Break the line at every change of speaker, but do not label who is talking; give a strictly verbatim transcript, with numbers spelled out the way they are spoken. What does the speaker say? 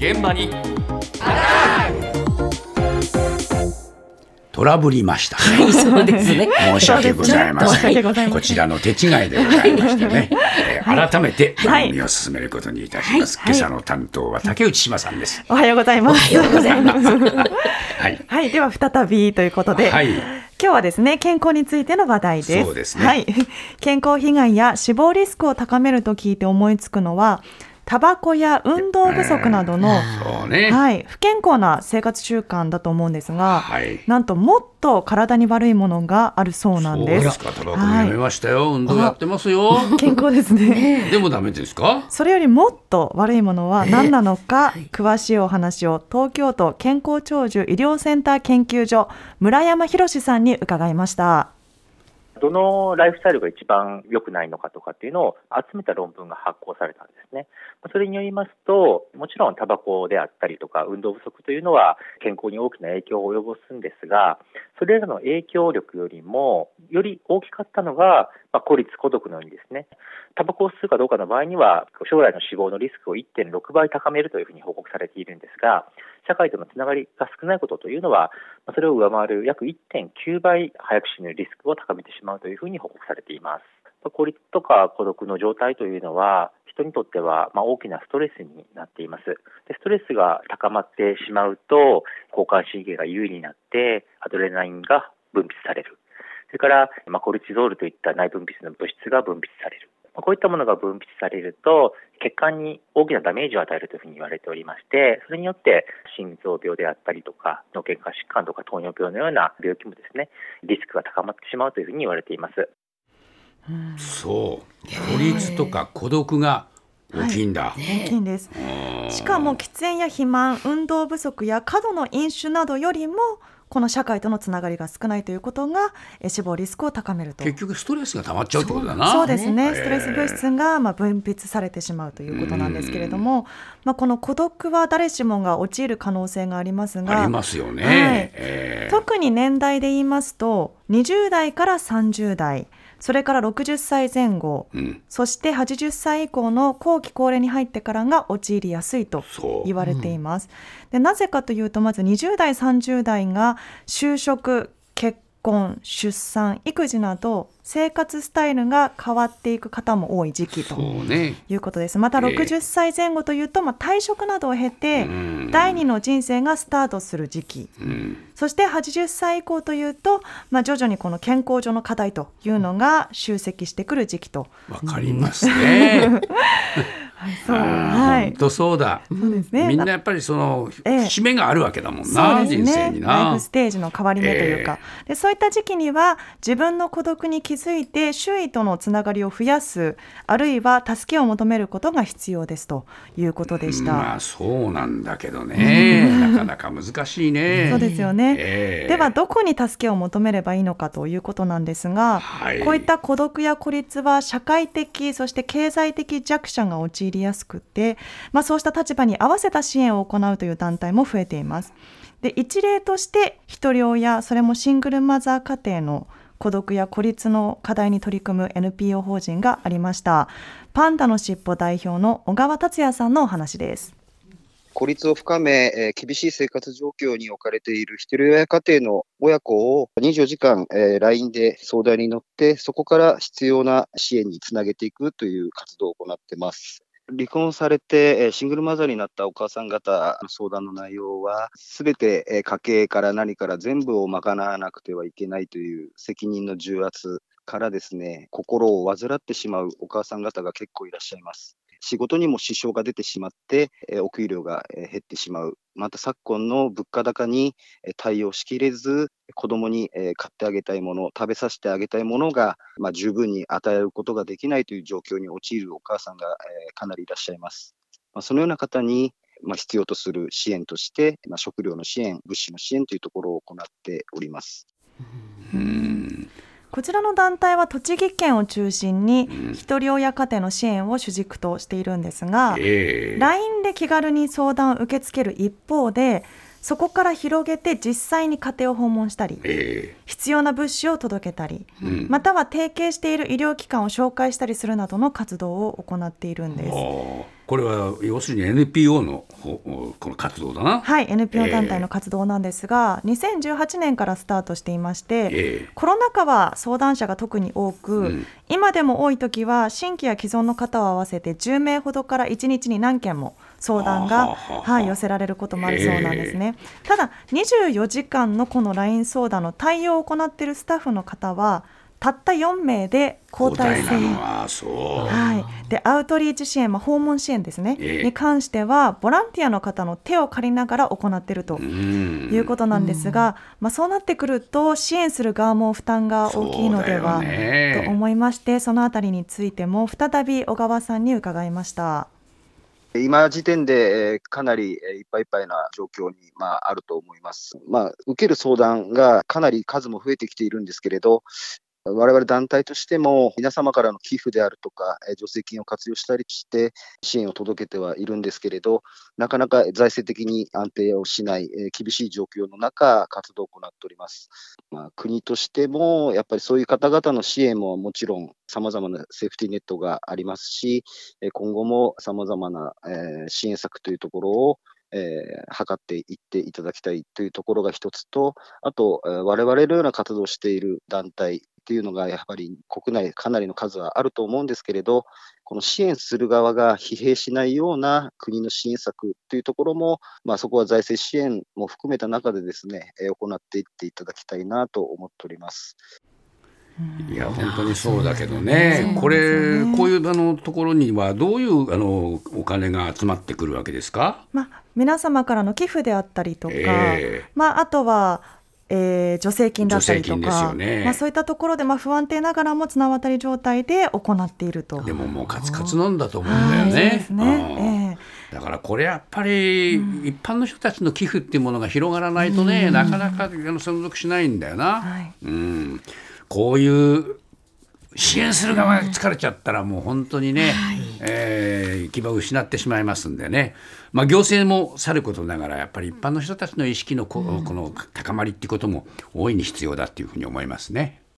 現場に
トラブりました、
はい、そうですね。
申し訳ございません、ね、こちらの手違いでございましてね、えー、改めて番組を進めることにいたします、はい、今朝の担当は竹内志麻さんです。
おはようございます。
おはようございます
はい、
はい、では再びということで、はい、今日はですね、健康についての話題です。
そうですね、
はい、健康被害や死亡リスクを高めると聞いて思いつくのはタバコや運動不足などの、
そうね、
はい、不健康な生活習慣だと思うんですが、
はい、
なんともっと体に悪いものがあるそうなんです。
そうですか、タバコもやめましたよ、はい、運動やってますよ。
健康ですね。
でもダメですか？
それよりもっと悪いものは何なのか、えー、詳しいお話を東京都健康長寿医療センター研究所村山博さんに伺いました。
どのライフスタイルが一番良くないのかとかっていうのを集めた論文が発行されたんですね。それによりますと、もちろんタバコであったりとか運動不足というのは健康に大きな影響を及ぼすんですが、それらの影響力よりもより大きかったのが、まあ、孤立孤独のようにですね、タバコを吸うかどうかの場合には将来の死亡のリスクを いってんろく 倍高めるというふうに報告されているんですが、社会とのつながりが少ないことというのは、それを上回る約 いってんきゅう 倍早く死ぬリスクを高めてしまうというふうに報告されています。孤立とか孤独の状態というのは人にとってはまあ大きなストレスになっています。で、ストレスが高まってしまうと交感神経が優位になってアドレナリンが分泌される。それからまあコルチゾールといった内分泌の物質が分泌される。こういったものが分泌されると血管に大きなダメージを与えるというふうに言われておりまして、それによって心臓病であったりとか脳血管疾患とか糖尿病のような病気もですね、リスクが高まってしまうというふうに言われています。
うん、そう孤立とか孤独が大きいんだ、
はい、大きいんです。しかも喫煙や肥満、運動不足や過度の飲酒などよりもこの社会とのつながりが少ないということが死亡リスクを高めると。
結局ストレスが溜まっちゃうってことだな。
そうですね、ストレス物質がまあ分泌されてしまうということなんですけれども、まあ、この孤独は誰しもが陥る可能性がありますが、
ありますよね、
はい、
えー、
特に年代で言いますとにじゅう代からさんじゅう代、それからろくじゅっさいぜん後、うん、そしてはちじゅっさい以降の後期高齢に入ってからが陥りやすいと言われています。で、なぜかというと、まずにじゅう代さんじゅう代が就職、結婚、出産、育児など生活スタイルが変わっていく方も多い時期ということです。またろくじゅっさいぜん後というと、まあ、退職などを経て第二の人生がスタートする時期、うん、そしてはちじゅっさい以降というと、まあ、徐々にこの健康上の課題というのが集積してくる時期と。
わかりますね
そう、
はい、本当そうだ。
そうですね、
みんなやっぱりその節目があるわけだもんな、
そうですね、
人生にな。
ライフステージの変わり目というか、えー、でそういった時期には自分の孤独に気づいて周囲とのつながりを増やす、あるいは助けを求めることが必要ですということでした。
まあそうなんだけどね、なかなか難しいね。
そうですよね、
えー、
ではどこに助けを求めればいいのかということなんですが、はい、こういった孤独や孤立は社会的そして経済的弱者が陥りやすくて、まあ、そうした立場に合わせた支援を行うという団体も増えています。で、一例としてひとり親、それもシングルマザー家庭の孤独や孤立の課題に取り組む エヌピーオー 法人がありました。パンダのしっぽ代表の小川達也さんのお話です。
孤立を深め、えー、厳しい生活状況に置かれているひとり親家庭の親子をにじゅうよじかん、えー、ライン で相談に乗って、そこから必要な支援につなげていくという活動を行っています。離婚されてシングルマザーになったお母さん方の相談の内容は、すべて家計から何から全部を賄わなくてはいけないという責任の重圧からですね、心を患ってしまうお母さん方が結構いらっしゃいます。仕事にも支障が出てしまって、お給料が減ってしまう。また昨今の物価高に対応しきれず、子供に買ってあげたいもの、食べさせてあげたいものが、まあ、十分に与えることができないという状況に陥るお母さんがかなりいらっしゃいます。まあ、そのような方に、まあ、必要とする支援として、まあ、食料の支援、物資の支援というところを行っております。
うーん
こちらの団体は栃木県を中心にひとり親家庭の支援を主軸としているんですが、
えー、
ライン で気軽に相談を受け付ける一方で、そこから広げて実際に家庭を訪問したり、
えー、
必要な物資を届けたり、
うん、
または提携している医療機関を紹介したりするなどの活動を行っているんです。
これは要するに エヌピーオー のこの活動だな。
はい、エヌピーオー 団体の活動なんですが、えー、にせんじゅうはちねんからスタートしていまして、えー、コロナ禍は相談者が特に多く、うん、今でも多い時は新規や既存の方を合わせてじゅうめいほどからいちにちに何件も相談が、はい、寄せられることもあるそうなんですね。えー、ただにじゅうよじかんのこの ライン 相談の対応を行っているスタッフの方はたったよんめいで交代制、はい、でアウトリーチ支援、まあ、訪問支援ですね、えー、に関してはボランティアの方の手を借りながら行っているということなんですが、まあ、そうなってくると支援する側も負担が大きいのではと思いまして、そのあたりについても再び小川さんに伺いました。
今時点でかなりいっぱいいっぱいな状況に、まあ、あると思います。まあ、受ける相談がかなり数も増えてきているんですけれど、我々団体としても皆様からの寄付であるとか助成金を活用したりして支援を届けてはいるんですけれど、なかなか財政的に安定をしない厳しい状況の中活動を行っております。まあ、国としてもやっぱりそういう方々の支援ももちろん様々なセーフティーネットがありますし、今後も様々な支援策というところをえー、図っていっていただきたいというところが一つと、あと、我々のような活動をしている団体っていうのがやはり国内かなりの数はあると思うんですけれど、この支援する側が疲弊しないような国の支援策というところも、まあ、そこは財政支援も含めた中でですね、行っていっていただきたいなと思っております。
いや本当にそうだけどね、これこういうあのところにはどういうあのお金が集まってくるわけですか。
まあ、皆様からの寄付であったりとか、えーまあ、あとは、えー、助成金だったりとか、ね、まあ、そういったところで、まあ、不安定ながらも綱渡り状態で行っていると。
でももうカツカツなんだと思うんだよね。
はい、そうですね、
えー、だからこれやっぱり一般の人たちの寄付っていうものが広がらないとね、うん、なかなか存続しないんだよな、はい、うん、こういう支援する側が疲れちゃったらもう本当にね、はい、えー、行き場を失ってしまいますんでね、まあ、行政もさることながらやっぱり一般の人たちの意識のこ、うん、この高まりっていうことも大いに必要だっていうふうに思いますね。